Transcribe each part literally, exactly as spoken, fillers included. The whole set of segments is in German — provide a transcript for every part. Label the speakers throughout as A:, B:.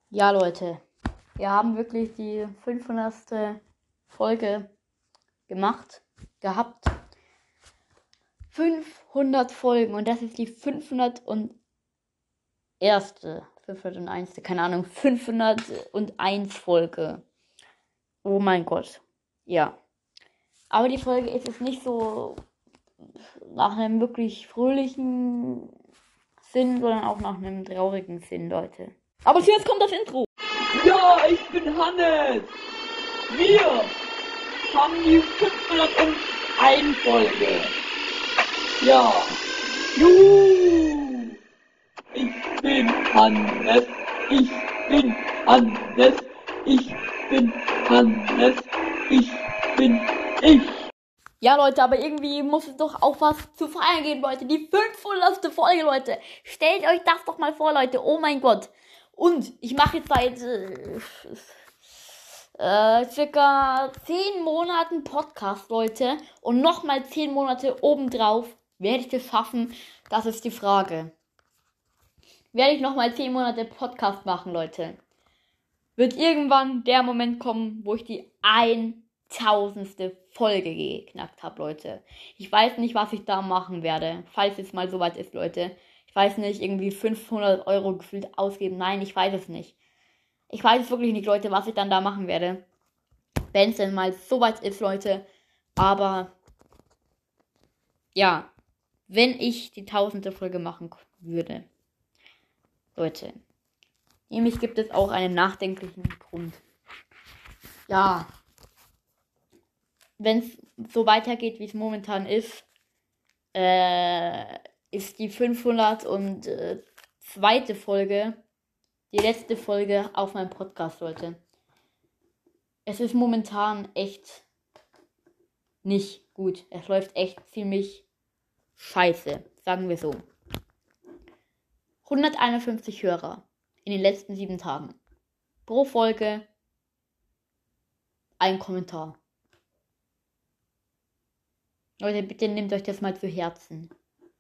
A: Ja, Leute, wir haben wirklich die fünfhundertste Folge gemacht, gehabt. fünfhundert Folgen und das ist die fünfhunderteins. fünfhunderteins, keine Ahnung, fünfhunderteins Folge. Oh mein Gott. Ja. Aber die Folge ist es nicht so nach einem wirklich fröhlichen Sinn, sondern auch nach einem traurigen Sinn, Leute. Aber jetzt kommt das Intro.
B: Ja, ich bin Hannes. Wir haben die fünfhunderteins Folge. Ja. Juhu. Ich bin Hannes. Ich bin Hannes. Ich bin Hannes. Ich bin ich.
A: Ja, Leute, aber irgendwie muss es doch auch was zu feiern geben, Leute. Die fünfhundertste Folge, Leute. Stellt euch das doch mal vor, Leute. Oh mein Gott. Und ich mache jetzt seit äh, äh, circa zehn Monaten Podcast, Leute. Und nochmal zehn Monate obendrauf. Werde ich das schaffen? Das ist die Frage. Werde ich nochmal zehn Monate Podcast machen, Leute? Wird irgendwann der Moment kommen, wo ich die tausendste Folge geknackt habe, Leute. Ich weiß nicht, was ich da machen werde, falls es mal soweit ist, Leute. Ich weiß nicht, irgendwie fünfhundert Euro gefühlt ausgeben. Nein, ich weiß es nicht. Ich weiß es wirklich nicht, Leute, was ich dann da machen werde. Wenn es denn mal soweit ist, Leute. Aber ja, wenn ich die tausendste Folge machen würde. Leute. Nämlich gibt es auch einen nachdenklichen Grund. Ja. Wenn es so weitergeht, wie es momentan ist, äh, ist die fünfhundertzweite Folge die letzte Folge auf meinem Podcast, Leute. Es ist momentan echt nicht gut. Es läuft echt ziemlich scheiße, sagen wir so. hunderteinundfünfzig Hörer in den letzten sieben Tagen. Pro Folge ein Kommentar. Leute, bitte nehmt euch das mal zu Herzen.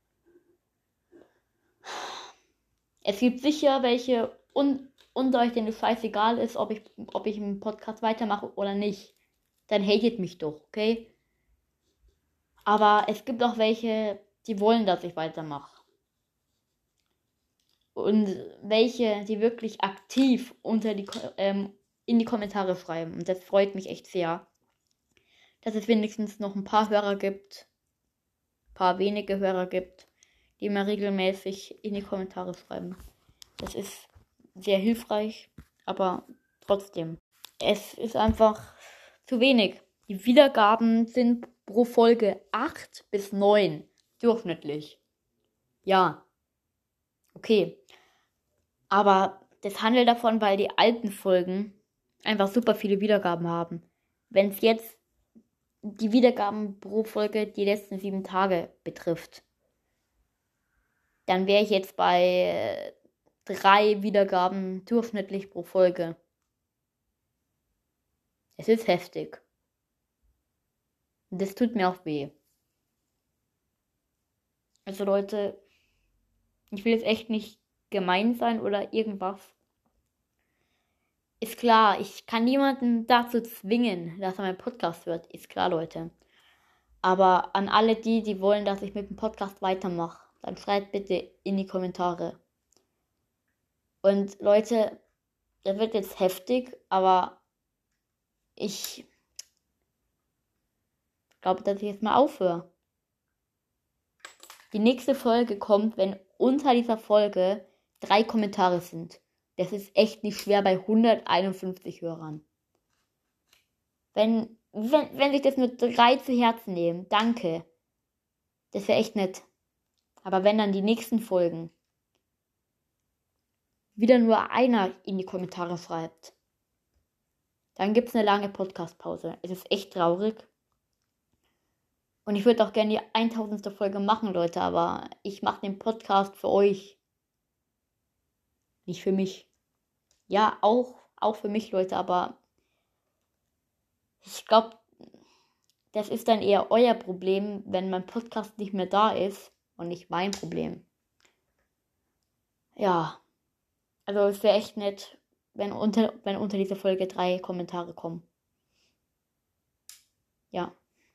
A: Es gibt sicher welche un- unter euch, denen es scheißegal ist, ob ich, ob ich einen Podcast weitermache oder nicht. Dann hatet mich doch, okay? Aber es gibt auch welche, die wollen, dass ich weitermache. Und welche, die wirklich aktiv unter die, ähm, in die Kommentare schreiben. Und das freut mich echt sehr, dass es wenigstens noch ein paar Hörer gibt, ein paar wenige Hörer gibt, die mir regelmäßig in die Kommentare schreiben. Das ist sehr hilfreich, aber trotzdem. Es ist einfach zu wenig. Die Wiedergaben sind pro Folge acht bis neun durchschnittlich. Ja. Okay. Aber das handelt davon, weil die alten Folgen einfach super viele Wiedergaben haben. Wenn es jetzt die Wiedergaben pro Folge die letzten sieben Tage betrifft, dann wäre ich jetzt bei drei Wiedergaben durchschnittlich pro Folge. Es ist heftig. Und das tut mir auch weh. Also Leute, ich will jetzt echt nicht gemein sein oder irgendwas. Ist klar, ich kann niemanden dazu zwingen, dass er meinen Podcast hört. Ist klar, Leute. Aber an alle die, die wollen, dass ich mit dem Podcast weitermache, dann schreibt bitte in die Kommentare. Und Leute, das wird jetzt heftig, aber ich glaube, dass ich jetzt mal aufhöre. Die nächste Folge kommt, wenn unter dieser Folge drei Kommentare sind. Das ist echt nicht schwer bei hunderteinundfünfzig Hörern. Wenn, wenn, wenn sich das nur drei zu Herzen nehmen, danke. Das wäre echt nett. Aber wenn dann die nächsten Folgen wieder nur einer in die Kommentare schreibt, dann gibt es eine lange Podcast-Pause. Es ist echt traurig. Und ich würde auch gerne die tausendste Folge machen, Leute, aber ich mache den Podcast für euch. Nicht für mich. Ja, auch, auch für mich, Leute, aber ich glaube, das ist dann eher euer Problem, wenn mein Podcast nicht mehr da ist und nicht mein Problem. Ja, also es wäre echt nett, wenn unter, wenn unter dieser Folge drei Kommentare kommen. Ja.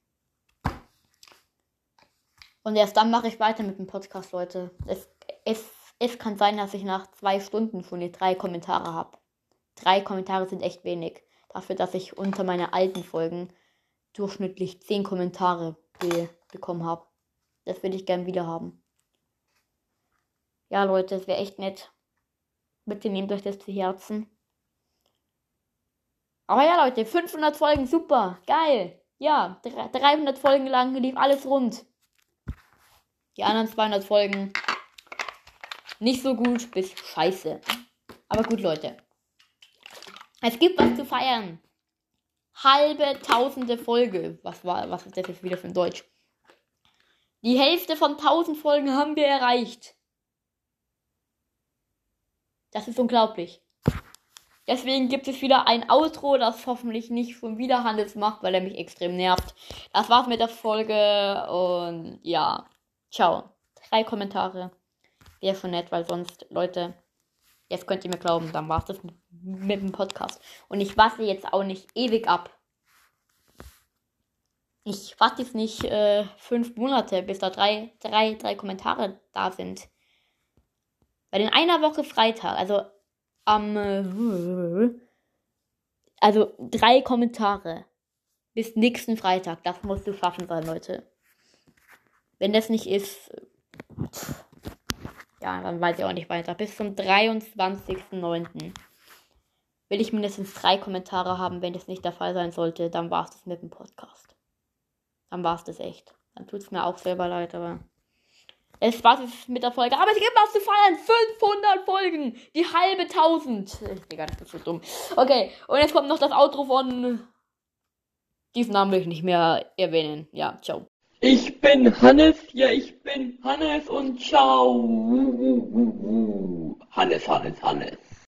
A: Und erst dann mache ich weiter mit dem Podcast, Leute. Es, es, es kann sein, dass ich nach zwei Stunden schon die drei Kommentare habe. Drei Kommentare sind echt wenig. Dafür, dass ich unter meiner alten Folgen durchschnittlich zehn Kommentare be- bekommen habe. Das würde ich gern wieder haben. Ja, Leute, es wäre echt nett. Bitte nehmt euch das zu Herzen. Aber ja, Leute, fünfhundert Folgen, super, geil. Ja, dreihundert Folgen lang lief alles rund. Die anderen zweihundert Folgen nicht so gut bis scheiße. Aber gut, Leute. Es gibt was zu feiern. Halbe tausende Folge. Was war, was ist das jetzt wieder für ein Deutsch? Die Hälfte von tausend Folgen haben wir erreicht. Das ist unglaublich. Deswegen gibt es wieder ein Outro, das hoffentlich nicht schon wieder Hannes macht, weil er mich extrem nervt. Das war's mit der Folge und ja, ciao. Drei Kommentare. Wäre schon nett, weil sonst, Leute, jetzt könnt ihr mir glauben, dann war's das mit, mit dem Podcast. Und ich warte jetzt auch nicht ewig ab. Ich warte jetzt nicht äh, fünf Monate, bis da drei, drei, drei Kommentare da sind. Weil in einer Woche Freitag, also am, äh, also drei Kommentare bis nächsten Freitag, das muss zu schaffen sein, Leute. Wenn das nicht ist, pff, ja, dann weiß ich auch nicht weiter. Bis zum dreiundzwanzigsten neunten will ich mindestens drei Kommentare haben. Wenn das nicht der Fall sein sollte, dann war es das mit dem Podcast. Dann war es das echt. Dann tut es mir auch selber leid, aber es war es mit der Folge. Aber es gibt was zu feiern. fünfhundert Folgen. Die halbe tausend. Digga, das ist so dumm. Okay, und jetzt kommt noch das Outro von... Diesen Namen will ich nicht mehr erwähnen. Ja, ciao.
B: Ich bin Hannes, ja ich bin Hannes und ciao. Hannes, Hannes, Hannes.